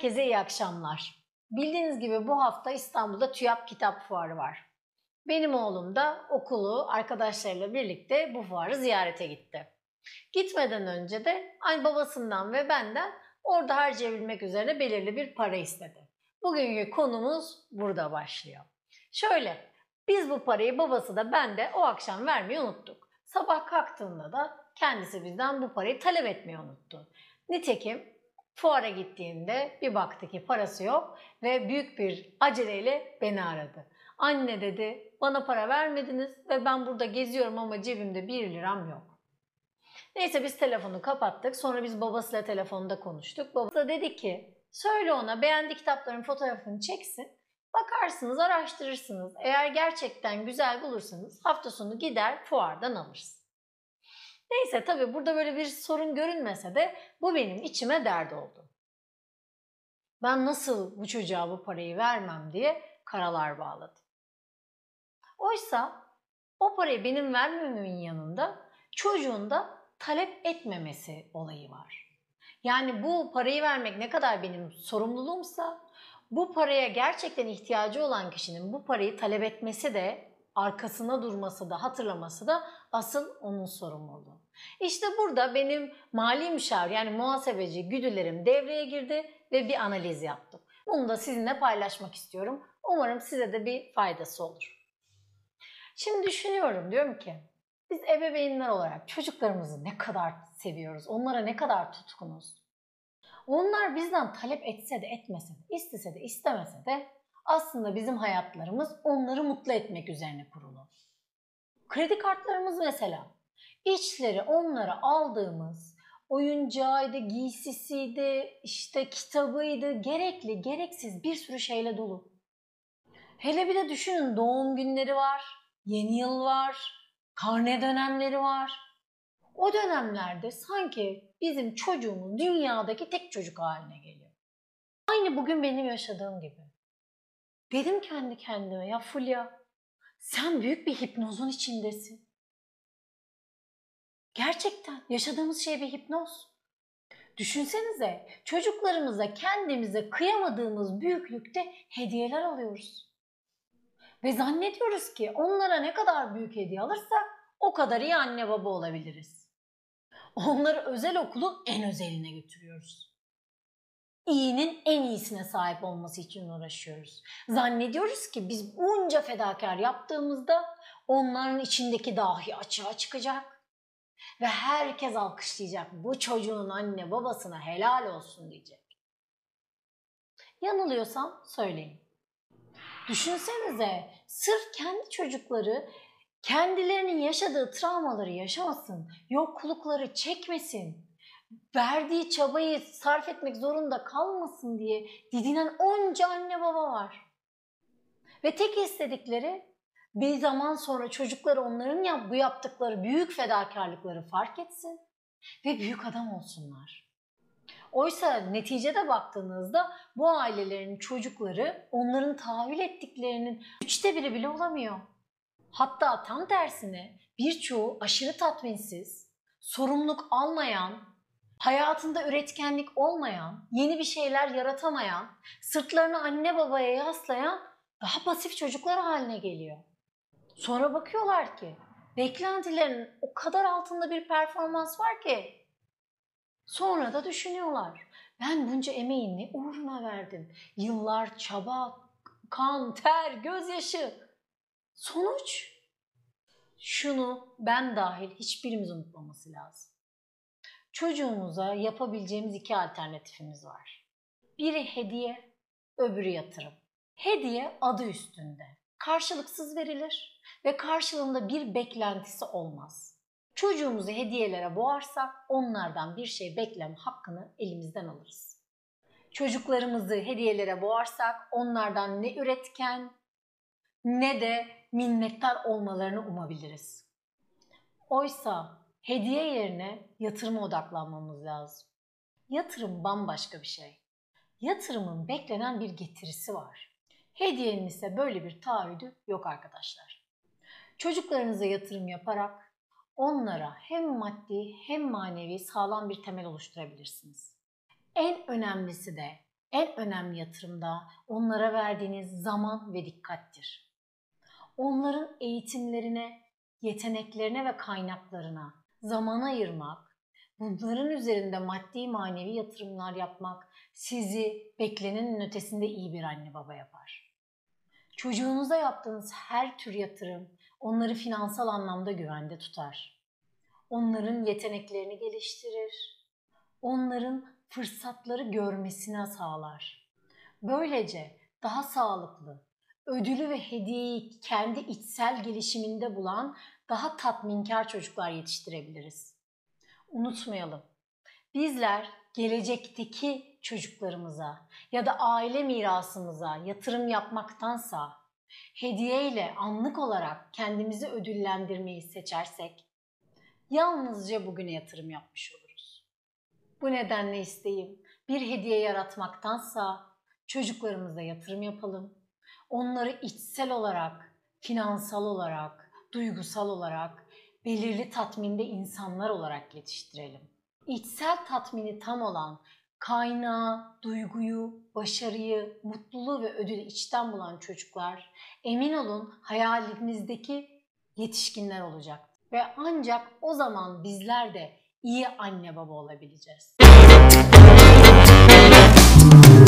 Herkese iyi akşamlar. Bildiğiniz gibi bu hafta İstanbul'da TÜYAP Kitap Fuarı var. Benim oğlum da okulu arkadaşlarıyla birlikte bu fuarı ziyarete gitti. Gitmeden önce de babasından ve benden orada harcayabilmek üzere belirli bir para istedi. Bugünkü konumuz burada başlıyor. Şöyle, biz bu parayı babası da ben de o akşam vermeyi unuttuk. Sabah kalktığında da kendisi bizden bu parayı talep etmeyi unuttu. Nitekim fuara gittiğinde bir baktı ki parası yok ve büyük bir aceleyle beni aradı. Anne dedi, bana para vermediniz ve ben burada geziyorum ama cebimde 1 liram yok. Neyse biz telefonu kapattık. Sonra biz babasıyla telefonda konuştuk. Babası da dedi ki, söyle ona beğendiği kitapların fotoğrafını çeksin. Bakarsınız, araştırırsınız. Eğer gerçekten güzel bulursanız hafta sonu gider fuardan alırız. Neyse tabii burada böyle bir sorun görünmese de bu benim içime dert oldu. Ben nasıl bu çocuğa bu parayı vermem diye karalar bağladım. Oysa o parayı benim vermememin yanında çocuğun da talep etmemesi olayı var. Yani bu parayı vermek ne kadar benim sorumluluğumsa bu paraya gerçekten ihtiyacı olan kişinin bu parayı talep etmesi de arkasına durması da hatırlaması da asıl onun sorumluluğu. İşte burada benim mali müşavir yani muhasebeci güdülerim devreye girdi ve bir analiz yaptım. Bunu da sizinle paylaşmak istiyorum. Umarım size de bir faydası olur. Şimdi düşünüyorum, diyorum ki biz ebeveynler olarak çocuklarımızı ne kadar seviyoruz, onlara ne kadar tutkunuz. Onlar bizden talep etse de etmese de, istese de istemese de aslında bizim hayatlarımız onları mutlu etmek üzerine kurulu. Kredi kartlarımız mesela, içleri onlara aldığımız oyuncağıydı, giysisiydi, işte kitabıydı, gerekli, gereksiz bir sürü şeyle dolu. Hele bir de düşünün, doğum günleri var, yeni yıl var, karne dönemleri var. O dönemlerde sanki bizim çocuğumuz dünyadaki tek çocuk haline geliyor. Aynı bugün benim yaşadığım gibi. Dedim kendi kendime, ya Fulya, sen büyük bir hipnozun içindesin. Gerçekten yaşadığımız şey bir hipnoz. Düşünsenize, çocuklarımıza kendimize kıyamadığımız büyüklükte hediyeler alıyoruz. Ve zannediyoruz ki onlara ne kadar büyük hediye alırsak o kadar iyi anne baba olabiliriz. Onları özel okulun en özeline götürüyoruz. İyinin en iyisine sahip olması için uğraşıyoruz. Zannediyoruz ki biz bunca fedakar yaptığımızda onların içindeki dahi açığa çıkacak ve herkes alkışlayacak. Bu çocuğun anne babasına helal olsun diyecek. Yanılıyorsam söyleyin. Düşünsenize, sırf kendi çocukları kendilerinin yaşadığı travmaları yaşamasın, yoklukları çekmesin, verdiği çabayı sarf etmek zorunda kalmasın diye didinen onca anne baba var. Ve tek istedikleri bir zaman sonra çocukları onların bu yaptıkları büyük fedakarlıkları fark etsin ve büyük adam olsunlar. Oysa neticede baktığınızda bu ailelerin çocukları onların tahayyül ettiklerinin 1/3 bile olamıyor. Hatta tam tersine birçoğu aşırı tatminsiz, sorumluluk almayan, hayatında üretkenlik olmayan, yeni bir şeyler yaratamayan, sırtlarını anne babaya yaslayan daha pasif çocuklar haline geliyor. Sonra bakıyorlar ki beklentilerin o kadar altında bir performans var ki sonra da düşünüyorlar. Ben bunca emeği ne uğruna verdim? Yıllar çaba, kan, ter, gözyaşı. Sonuç? Şunu ben dahil hiçbirimiz unutmaması lazım. Çocuğumuza yapabileceğimiz 2 alternatifimiz var. Biri hediye, öbürü yatırım. Hediye adı üstünde. Karşılıksız verilir ve karşılığında bir beklentisi olmaz. Çocuğumuzu hediyelere boğarsak onlardan bir şey bekleme hakkını elimizden alırız. Çocuklarımızı hediyelere boğarsak onlardan ne üretken ne de minnettar olmalarını umabiliriz. Oysa hediye yerine yatırıma odaklanmamız lazım. Yatırım bambaşka bir şey. Yatırımın beklenen bir getirisi var. Hediyenin ise böyle bir taahhüdü yok arkadaşlar. Çocuklarınıza yatırım yaparak onlara hem maddi hem manevi sağlam bir temel oluşturabilirsiniz. En önemlisi de En önemli yatırım da onlara verdiğiniz zaman ve dikkattir. Onların eğitimlerine, yeteneklerine ve kaynaklarına zaman ayırmak, bunların üzerinde maddi manevi yatırımlar yapmak sizi beklenenin ötesinde iyi bir anne baba yapar. Çocuğunuza yaptığınız her tür yatırım onları finansal anlamda güvende tutar. Onların yeteneklerini geliştirir. Onların fırsatları görmesine sağlar. Böylece daha sağlıklı, ödülü ve hediyeyi kendi içsel gelişiminde bulan daha tatminkar çocuklar yetiştirebiliriz. Unutmayalım, bizler gelecekteki çocuklarımıza ya da aile mirasımıza yatırım yapmaktansa hediyeyle anlık olarak kendimizi ödüllendirmeyi seçersek yalnızca bugüne yatırım yapmış oluruz. Bu nedenle isteğim bir hediye yaratmaktansa çocuklarımıza yatırım yapalım. Onları içsel olarak, finansal olarak, duygusal olarak belirli tatminde insanlar olarak yetiştirelim. İçsel tatmini tam olan, kaynağı, duyguyu, başarıyı, mutluluğu ve ödülü içten bulan çocuklar emin olun hayalinizdeki yetişkinler olacak. Ve ancak o zaman bizler de iyi anne baba olabileceğiz.